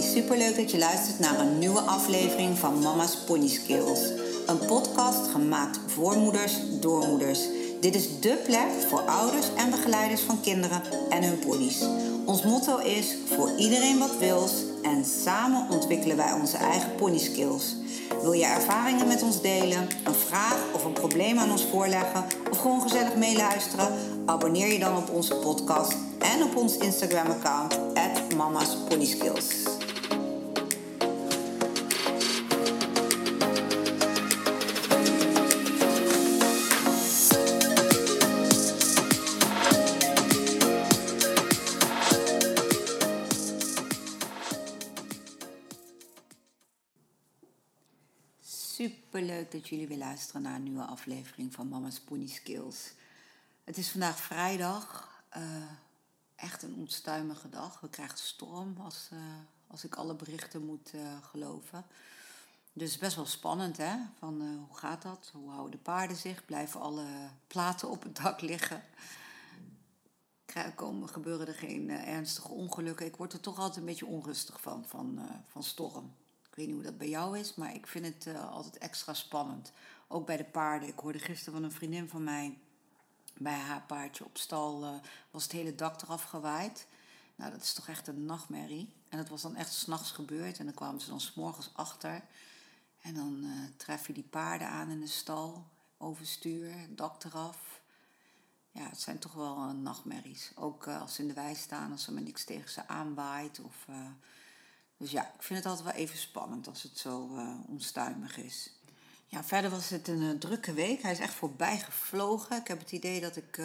superleuk dat je luistert naar een nieuwe aflevering van Mama's Pony Skills. Een podcast gemaakt voor moeders, door moeders. Dit is dé plek voor ouders en begeleiders van kinderen en hun ponies. Ons motto is voor iedereen wat wils en samen ontwikkelen wij onze eigen pony skills. Wil je ervaringen met ons delen, een vraag of een probleem aan ons voorleggen of gewoon gezellig meeluisteren? Abonneer je dan op onze podcast en op ons Instagram-account @mamasponyskills. Superleuk dat jullie weer luisteren naar een nieuwe aflevering van Mama's Pony Skills. Het is vandaag vrijdag. Echt een onstuimige dag. We krijgen storm als ik alle berichten moet geloven. Dus best wel spannend, hè? Hoe gaat dat? Hoe houden de paarden zich? Blijven alle platen op het dak liggen? Gebeuren er geen ernstige ongelukken? Ik word er toch altijd een beetje onrustig van storm. Ik weet niet hoe dat bij jou is, maar ik vind het altijd extra spannend. Ook bij de paarden. Ik hoorde gisteren van een vriendin van mij, bij haar paardje op stal was het hele dak eraf gewaaid. Nou, dat is toch echt een nachtmerrie. En dat was dan echt 's nachts gebeurd. En dan kwamen ze dan 's morgens achter. En dan tref je die paarden aan in de stal. Overstuur, dak eraf. Ja, het zijn toch wel nachtmerries. Ook als ze in de wei staan, als er maar niks tegen ze aanwaait. Dus ja, ik vind het altijd wel even spannend als het zo onstuimig is. Ja, verder was het een drukke week. Hij is echt voorbij gevlogen. Ik heb het idee dat ik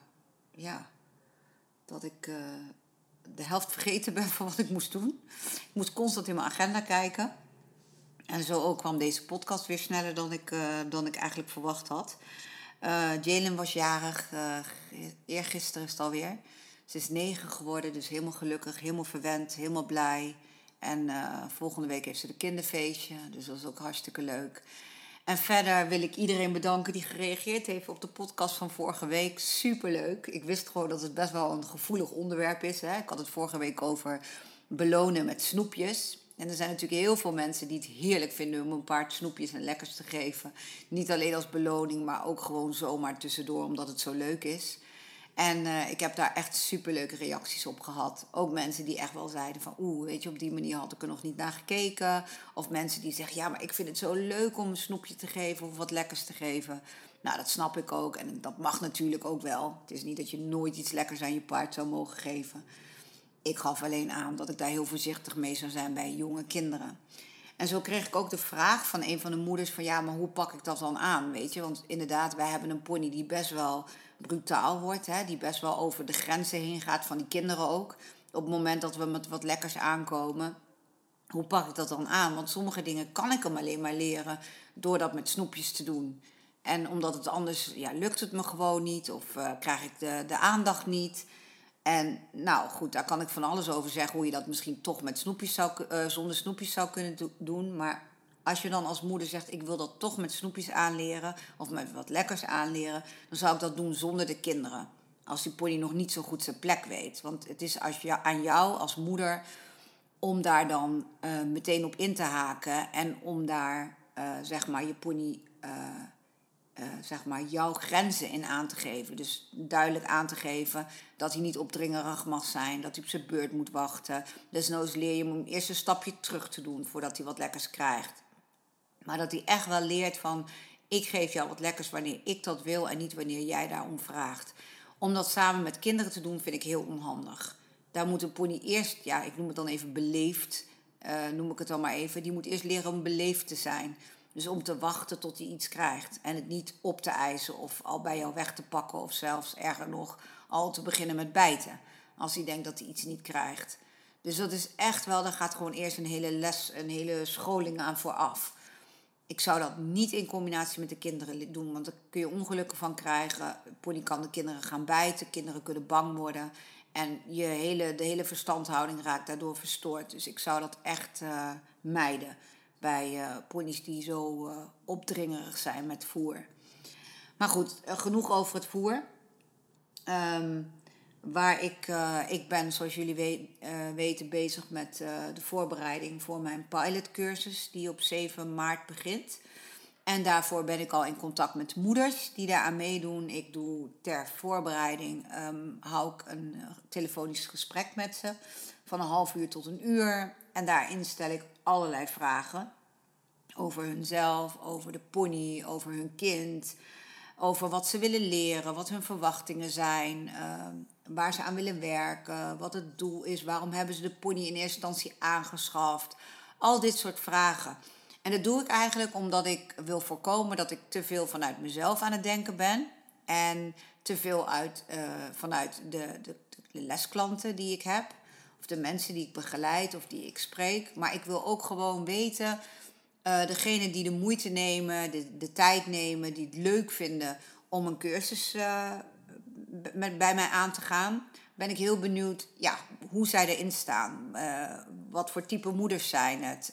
de helft vergeten ben van wat ik moest doen. Ik moest constant in mijn agenda kijken. En zo ook kwam deze podcast weer sneller dan ik eigenlijk verwacht had. Jalen was jarig. Eergisteren is het alweer. Ze is 9 geworden, dus helemaal gelukkig, helemaal verwend, helemaal blij. En volgende week heeft ze de kinderfeestje, dus dat is ook hartstikke leuk. En verder wil ik iedereen bedanken die gereageerd heeft op de podcast van vorige week. Superleuk. Ik wist gewoon dat het best wel een gevoelig onderwerp is. Hè? Ik had het vorige week over belonen met snoepjes. En er zijn natuurlijk heel veel mensen die het heerlijk vinden om een paar snoepjes en lekkers te geven. Niet alleen als beloning, maar ook gewoon zomaar tussendoor, omdat het zo leuk is. En ik heb daar echt superleuke reacties op gehad. Ook mensen die echt wel zeiden van, weet je, op die manier had ik er nog niet naar gekeken. Of mensen die zeggen, ja, maar ik vind het zo leuk om een snoepje te geven of wat lekkers te geven. Nou, dat snap ik ook en dat mag natuurlijk ook wel. Het is niet dat je nooit iets lekkers aan je paard zou mogen geven. Ik gaf alleen aan dat ik daar heel voorzichtig mee zou zijn bij jonge kinderen. En zo kreeg ik ook de vraag van een van de moeders van, ja, maar hoe pak ik dat dan aan, weet je? Want inderdaad, wij hebben een pony die best wel brutaal wordt, hè? Die best wel over de grenzen heen gaat, van die kinderen ook. Op het moment dat we met wat lekkers aankomen, hoe pak ik dat dan aan? Want sommige dingen kan ik hem alleen maar leren door dat met snoepjes te doen. En omdat het anders, lukt het me gewoon niet of krijg ik de aandacht niet. En nou goed, daar kan ik van alles over zeggen, hoe je dat misschien toch met zonder snoepjes zou kunnen doen. Maar als je dan als moeder zegt, ik wil dat toch met snoepjes aanleren of met wat lekkers aanleren, dan zou ik dat doen zonder de kinderen. Als die pony nog niet zo goed zijn plek weet. Want het is aan jou als moeder om daar dan meteen op in te haken en om daar je pony jouw grenzen in aan te geven. Dus duidelijk aan te geven dat hij niet opdringerig mag zijn, dat hij op zijn beurt moet wachten. Desnoods leer je hem om eerst een stapje terug te doen voordat hij wat lekkers krijgt. Maar dat hij echt wel leert van, ik geef jou wat lekkers wanneer ik dat wil en niet wanneer jij daarom vraagt. Om dat samen met kinderen te doen vind ik heel onhandig. Daar moet een pony eerst, ik noem het dan even beleefd, noem ik het dan maar even. Die moet eerst leren om beleefd te zijn. Dus om te wachten tot hij iets krijgt. En het niet op te eisen of al bij jou weg te pakken. Of zelfs erger nog, al te beginnen met bijten. Als hij denkt dat hij iets niet krijgt. Dus dat is echt wel, daar gaat gewoon eerst een hele scholing aan vooraf. Ik zou dat niet in combinatie met de kinderen doen. Want daar kun je ongelukken van krijgen. Pony kan de kinderen gaan bijten. Kinderen kunnen bang worden. En de hele verstandhouding raakt daardoor verstoord. Dus ik zou dat echt mijden. Bij ponies die zo opdringerig zijn met voer. Maar goed, genoeg over het voer. Waar ik ben, zoals jullie weten, bezig met de voorbereiding voor mijn pilotcursus die op 7 maart begint. En daarvoor ben ik al in contact met moeders die daaraan meedoen. Ik doe ter voorbereiding, hou ik een telefonisch gesprek met ze van een half uur tot een uur. En daarin stel ik allerlei vragen over hunzelf, over de pony, over hun kind, over wat ze willen leren, wat hun verwachtingen zijn, waar ze aan willen werken, wat het doel is, waarom hebben ze de pony in eerste instantie aangeschaft. Al dit soort vragen. En dat doe ik eigenlijk omdat ik wil voorkomen dat ik te veel vanuit mezelf aan het denken ben. En te veel vanuit de lesklanten die ik heb. Of de mensen die ik begeleid of die ik spreek. Maar ik wil ook gewoon weten, degene die de moeite nemen, de tijd nemen, die het leuk vinden om een cursus bij mij aan te gaan, ben ik heel benieuwd hoe zij erin staan. Wat voor type moeders zijn het?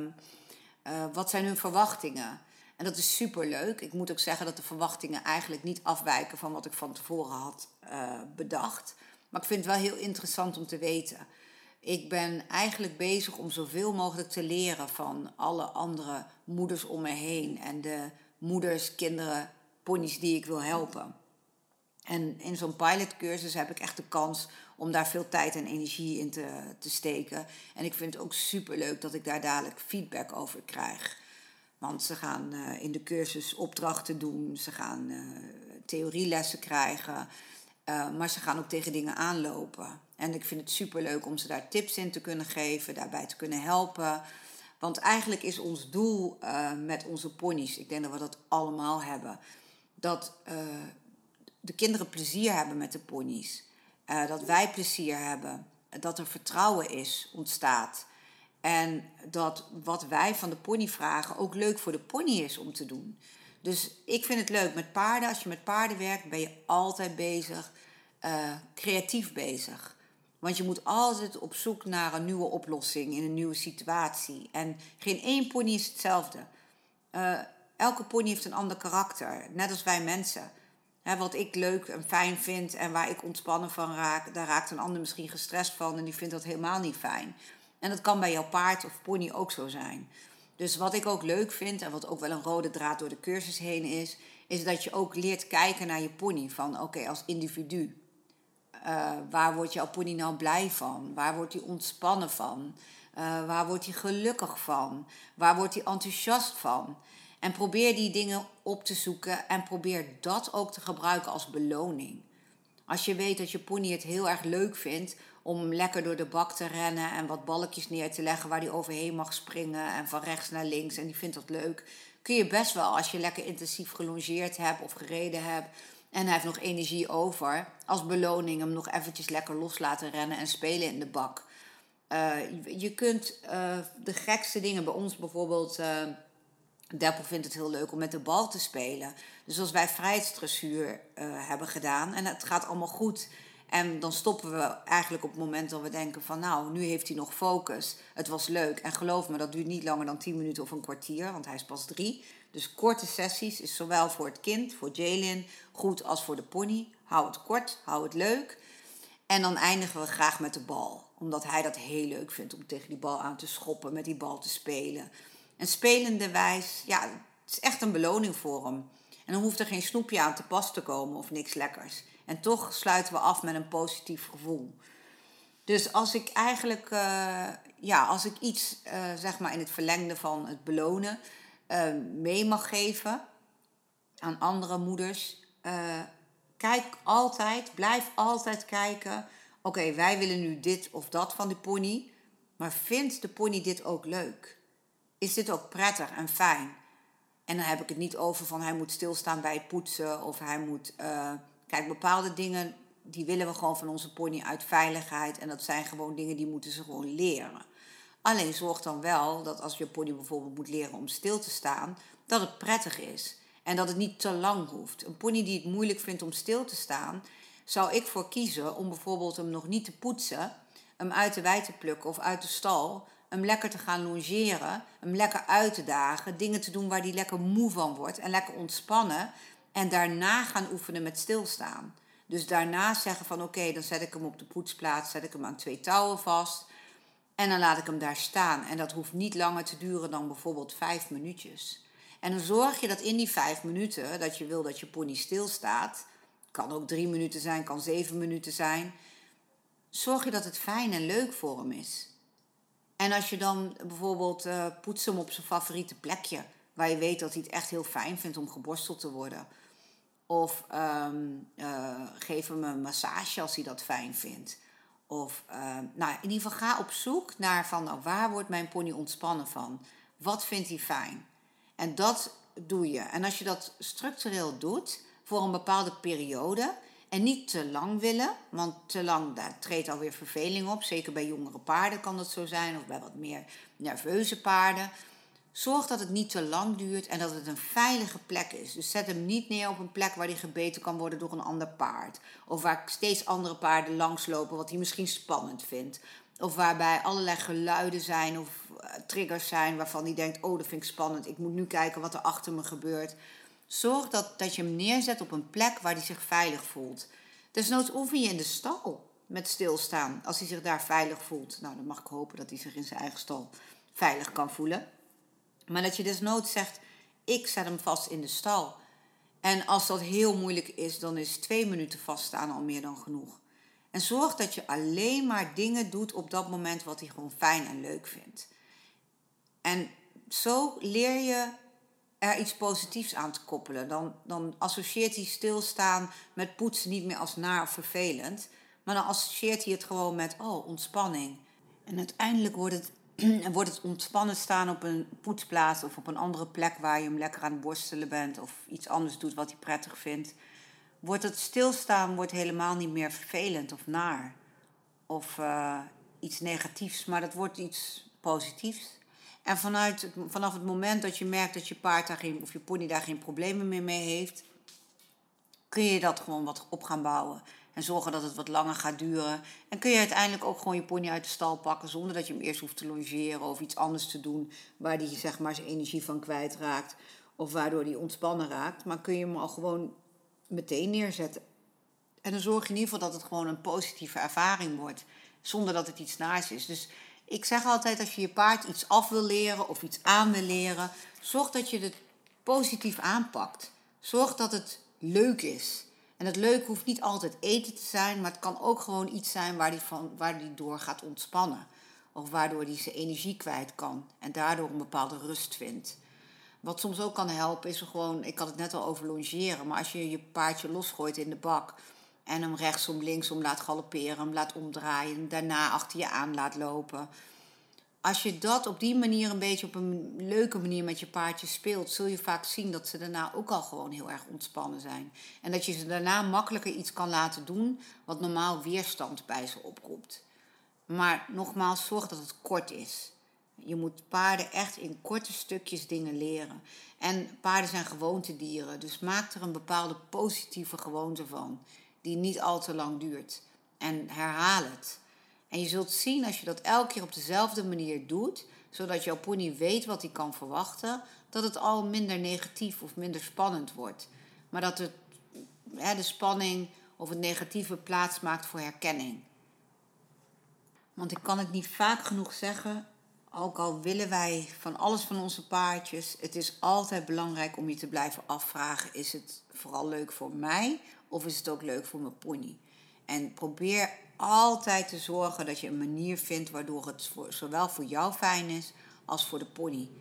Wat zijn hun verwachtingen? En dat is superleuk. Ik moet ook zeggen dat de verwachtingen eigenlijk niet afwijken van wat ik van tevoren had bedacht. Maar ik vind het wel heel interessant om te weten. Ik ben eigenlijk bezig om zoveel mogelijk te leren van alle andere moeders om me heen. En de moeders, kinderen, ponies die ik wil helpen. En in zo'n pilotcursus heb ik echt de kans om daar veel tijd en energie in te steken. En ik vind het ook superleuk dat ik daar dadelijk feedback over krijg. Want ze gaan in de cursus opdrachten doen. Ze gaan theorielessen krijgen. Maar ze gaan ook tegen dingen aanlopen. En ik vind het superleuk om ze daar tips in te kunnen geven. Daarbij te kunnen helpen. Want eigenlijk is ons doel met onze ponies, ik denk dat we dat allemaal hebben, dat de kinderen plezier hebben met de ponies. Dat wij plezier hebben. Dat er vertrouwen ontstaat. En dat wat wij van de pony vragen ook leuk voor de pony is om te doen. Dus ik vind het leuk met paarden. Als je met paarden werkt, ben je altijd bezig, creatief bezig. Want je moet altijd op zoek naar een nieuwe oplossing in een nieuwe situatie. En geen één pony is hetzelfde. Elke pony heeft een ander karakter, net als wij mensen. Wat ik leuk en fijn vind en waar ik ontspannen van raak, daar raakt een ander misschien gestrest van en die vindt dat helemaal niet fijn. En dat kan bij jouw paard of pony ook zo zijn. Dus wat ik ook leuk vind en wat ook wel een rode draad door de cursus heen is dat je ook leert kijken naar je pony. Van oké, als individu. Waar wordt jouw pony nou blij van? Waar wordt hij ontspannen van? Waar wordt hij gelukkig van? Waar wordt hij enthousiast van? En probeer die dingen op te zoeken en probeer dat ook te gebruiken als beloning. Als je weet dat je pony het heel erg leuk vindt om lekker door de bak te rennen en wat balkjes neer te leggen waar hij overheen mag springen en van rechts naar links en die vindt dat leuk, kun je best wel, als je lekker intensief gelongeerd hebt of gereden hebt en hij heeft nog energie over, als beloning hem nog eventjes lekker los laten rennen en spelen in de bak. Je kunt de gekste dingen, bij ons bijvoorbeeld, Deppel vindt het heel leuk om met de bal te spelen. Dus als wij vrijheidsdressuur hebben gedaan en het gaat allemaal goed, en dan stoppen we eigenlijk op het moment dat we denken van nou, nu heeft hij nog focus. Het was leuk. En geloof me, dat duurt niet langer dan 10 minuten of een kwartier, want hij is pas 3. Dus korte sessies is zowel voor het kind, voor Jalen, goed als voor de pony. Hou het kort, hou het leuk. En dan eindigen we graag met de bal. Omdat hij dat heel leuk vindt om tegen die bal aan te schoppen, met die bal te spelen. En spelende wijs, ja, het is echt een beloning voor hem. En dan hoeft er geen snoepje aan te pas te komen of niks lekkers. En toch sluiten we af met een positief gevoel. Dus als ik eigenlijk, als ik iets, zeg maar in het verlengde van het belonen, mee mag geven aan andere moeders. Blijf altijd kijken. Oké, wij willen nu dit of dat van de pony. Maar vindt de pony dit ook leuk? Is dit ook prettig en fijn? En dan heb ik het niet over van hij moet stilstaan bij het poetsen. Of hij moet... Kijk, bepaalde dingen die willen we gewoon van onze pony uit veiligheid. En dat zijn gewoon dingen die moeten ze gewoon leren. Alleen zorg dan wel dat als je pony bijvoorbeeld moet leren om stil te staan, dat het prettig is. En dat het niet te lang hoeft. Een pony die het moeilijk vindt om stil te staan, zou ik voor kiezen om bijvoorbeeld hem nog niet te poetsen, hem uit de wei te plukken of uit de stal, hem lekker te gaan longeren, hem lekker uit te dagen, dingen te doen waar hij lekker moe van wordt en lekker ontspannen en daarna gaan oefenen met stilstaan. Dus daarna zeggen van oké, dan zet ik hem op de poetsplaats, zet ik hem aan 2 touwen vast. En dan laat ik hem daar staan. En dat hoeft niet langer te duren dan bijvoorbeeld 5 minuutjes. En dan zorg je dat in die 5 minuten, dat je wil dat je pony stilstaat. Kan ook 3 minuten zijn, kan 7 minuten zijn. Zorg je dat het fijn en leuk voor hem is. En als je dan bijvoorbeeld poets hem op zijn favoriete plekje, waar je weet dat hij het echt heel fijn vindt om geborsteld te worden. Of geef hem een massage als hij dat fijn vindt. Of in ieder geval ga op zoek naar van waar wordt mijn pony ontspannen van? Wat vindt hij fijn? En dat doe je. En als je dat structureel doet voor een bepaalde periode en niet te lang willen, want te lang daar treedt alweer verveling op. Zeker bij jongere paarden kan dat zo zijn of bij wat meer nerveuze paarden. Zorg dat het niet te lang duurt en dat het een veilige plek is. Dus zet hem niet neer op een plek waar hij gebeten kan worden door een ander paard. Of waar steeds andere paarden langslopen wat hij misschien spannend vindt. Of waarbij allerlei geluiden zijn of triggers zijn waarvan hij denkt, oh dat vind ik spannend, ik moet nu kijken wat er achter me gebeurt. Zorg dat je hem neerzet op een plek waar hij zich veilig voelt. Desnoods oefen je in de stal met stilstaan als hij zich daar veilig voelt. Nou, dan mag ik hopen dat hij zich in zijn eigen stal veilig kan voelen. Maar dat je desnoods zegt, ik zet hem vast in de stal. En als dat heel moeilijk is, dan is 2 minuten vaststaan al meer dan genoeg. En zorg dat je alleen maar dingen doet op dat moment wat hij gewoon fijn en leuk vindt. En zo leer je er iets positiefs aan te koppelen. Dan associeert hij stilstaan met poetsen niet meer als naar of vervelend. Maar dan associeert hij het gewoon met, ontspanning. En uiteindelijk wordt het ontspannen staan op een poetsplaats of op een andere plek waar je hem lekker aan het borstelen bent of iets anders doet wat hij prettig vindt. Wordt het stilstaan helemaal niet meer vervelend of naar of iets negatiefs, maar dat wordt iets positiefs. En vanaf het moment dat je merkt dat je paard of je pony daar geen problemen meer mee heeft, kun je dat gewoon wat op gaan bouwen. En zorgen dat het wat langer gaat duren. En kun je uiteindelijk ook gewoon je pony uit de stal pakken zonder dat je hem eerst hoeft te longeren of iets anders te doen waar hij zeg maar zijn energie van kwijtraakt of waardoor hij ontspannen raakt. Maar kun je hem al gewoon meteen neerzetten. En dan zorg je in ieder geval dat het gewoon een positieve ervaring wordt. Zonder dat het iets naars is. Dus ik zeg altijd, als je je paard iets af wil leren of iets aan wil leren, zorg dat je het positief aanpakt. Zorg dat het leuk is. En het leuke hoeft niet altijd eten te zijn, maar het kan ook gewoon iets zijn waar die door gaat ontspannen. Of waardoor hij zijn energie kwijt kan en daardoor een bepaalde rust vindt. Wat soms ook kan helpen is gewoon, ik had het net al over longeren, maar als je je paardje losgooit in de bak en hem rechtsom, linksom laat galopperen, hem laat omdraaien, daarna achter je aan laat lopen. Als je dat op die manier een beetje op een leuke manier met je paardje speelt, zul je vaak zien dat ze daarna ook al gewoon heel erg ontspannen zijn. En dat je ze daarna makkelijker iets kan laten doen wat normaal weerstand bij ze oproept. Maar nogmaals, zorg dat het kort is. Je moet paarden echt in korte stukjes dingen leren. En paarden zijn gewoontedieren, dus maak er een bepaalde positieve gewoonte van, die niet al te lang duurt. En herhaal het. En je zult zien als je dat elke keer op dezelfde manier doet, zodat jouw pony weet wat hij kan verwachten, dat het al minder negatief of minder spannend wordt. Maar dat de spanning of het negatieve plaats maakt voor herkenning. Want ik kan het niet vaak genoeg zeggen, ook al willen wij van alles van onze paardjes, het is altijd belangrijk om je te blijven afvragen, is het vooral leuk voor mij of is het ook leuk voor mijn pony? En probeer altijd te zorgen dat je een manier vindt waardoor het zowel voor jou fijn is als voor de pony.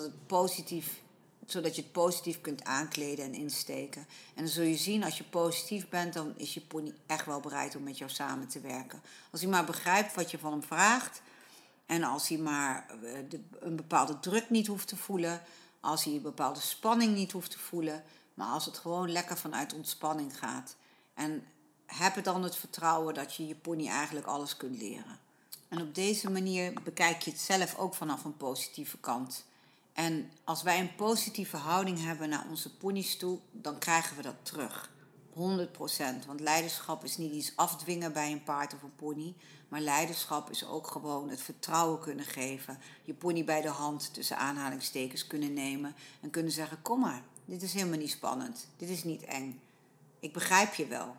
Zodat je het positief kunt aankleden en insteken. En dan zul je zien, als je positief bent, dan is je pony echt wel bereid om met jou samen te werken. Als hij maar begrijpt wat je van hem vraagt en als hij maar een bepaalde druk niet hoeft te voelen, als hij een bepaalde spanning niet hoeft te voelen, maar als het gewoon lekker vanuit ontspanning gaat. En heb dan het vertrouwen dat je je pony eigenlijk alles kunt leren. En op deze manier bekijk je het zelf ook vanaf een positieve kant. En als wij een positieve houding hebben naar onze pony's toe, dan krijgen we dat terug. 100%. Want leiderschap is niet iets afdwingen bij een paard of een pony. Maar leiderschap is ook gewoon het vertrouwen kunnen geven. Je pony bij de hand tussen aanhalingstekens kunnen nemen. En kunnen zeggen, kom maar, dit is helemaal niet spannend. Dit is niet eng. Ik begrijp je wel.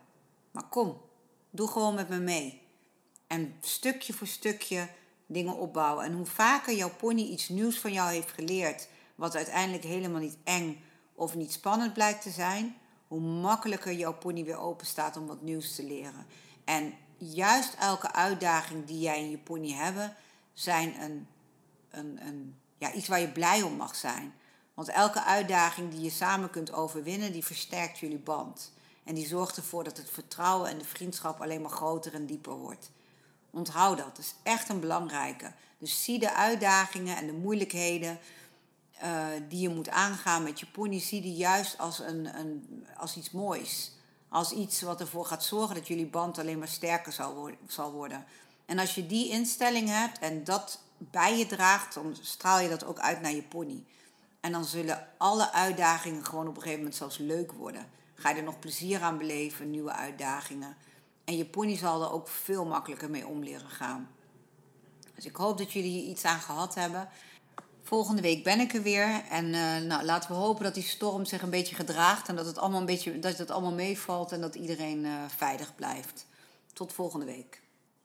Maar kom, doe gewoon met me mee. En stukje voor stukje dingen opbouwen. En hoe vaker jouw pony iets nieuws van jou heeft geleerd, wat uiteindelijk helemaal niet eng of niet spannend blijkt te zijn, hoe makkelijker jouw pony weer open staat om wat nieuws te leren. En juist elke uitdaging die jij en je pony hebben, zijn iets waar je blij om mag zijn. Want elke uitdaging die je samen kunt overwinnen, die versterkt jullie band. En die zorgt ervoor dat het vertrouwen en de vriendschap alleen maar groter en dieper wordt. Onthoud dat is echt een belangrijke. Dus zie de uitdagingen en de moeilijkheden die je moet aangaan met je pony, zie die juist als iets moois. Als iets wat ervoor gaat zorgen dat jullie band alleen maar sterker zal worden. En als je die instelling hebt en dat bij je draagt, dan straal je dat ook uit naar je pony. En dan zullen alle uitdagingen gewoon op een gegeven moment zelfs leuk worden. Ga je er nog plezier aan beleven, nieuwe uitdagingen. En je pony zal er ook veel makkelijker mee om leren gaan. Dus ik hoop dat jullie hier iets aan gehad hebben. Volgende week ben ik er weer. En laten we hopen dat die storm zich een beetje gedraagt. En dat het allemaal meevalt en dat iedereen veilig blijft. Tot volgende week.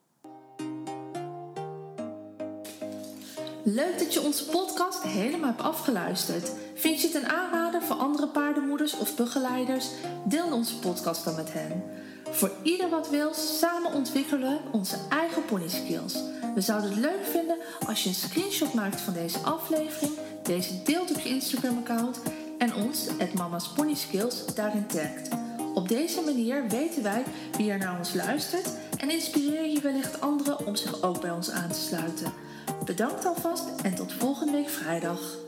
Leuk dat je onze podcast helemaal hebt afgeluisterd. Vind je het een aanrader voor andere paardenmoeders of begeleiders? Deel onze podcast dan met hen. Voor ieder wat wil, samen ontwikkelen we onze eigen pony skills. We zouden het leuk vinden als je een screenshot maakt van deze aflevering, deze deelt op je Instagram-account en ons, @Mama's Pony Skills, daarin tagt. Op deze manier weten wij wie er naar ons luistert en inspireer je wellicht anderen om zich ook bij ons aan te sluiten. Bedankt alvast en tot volgende week vrijdag.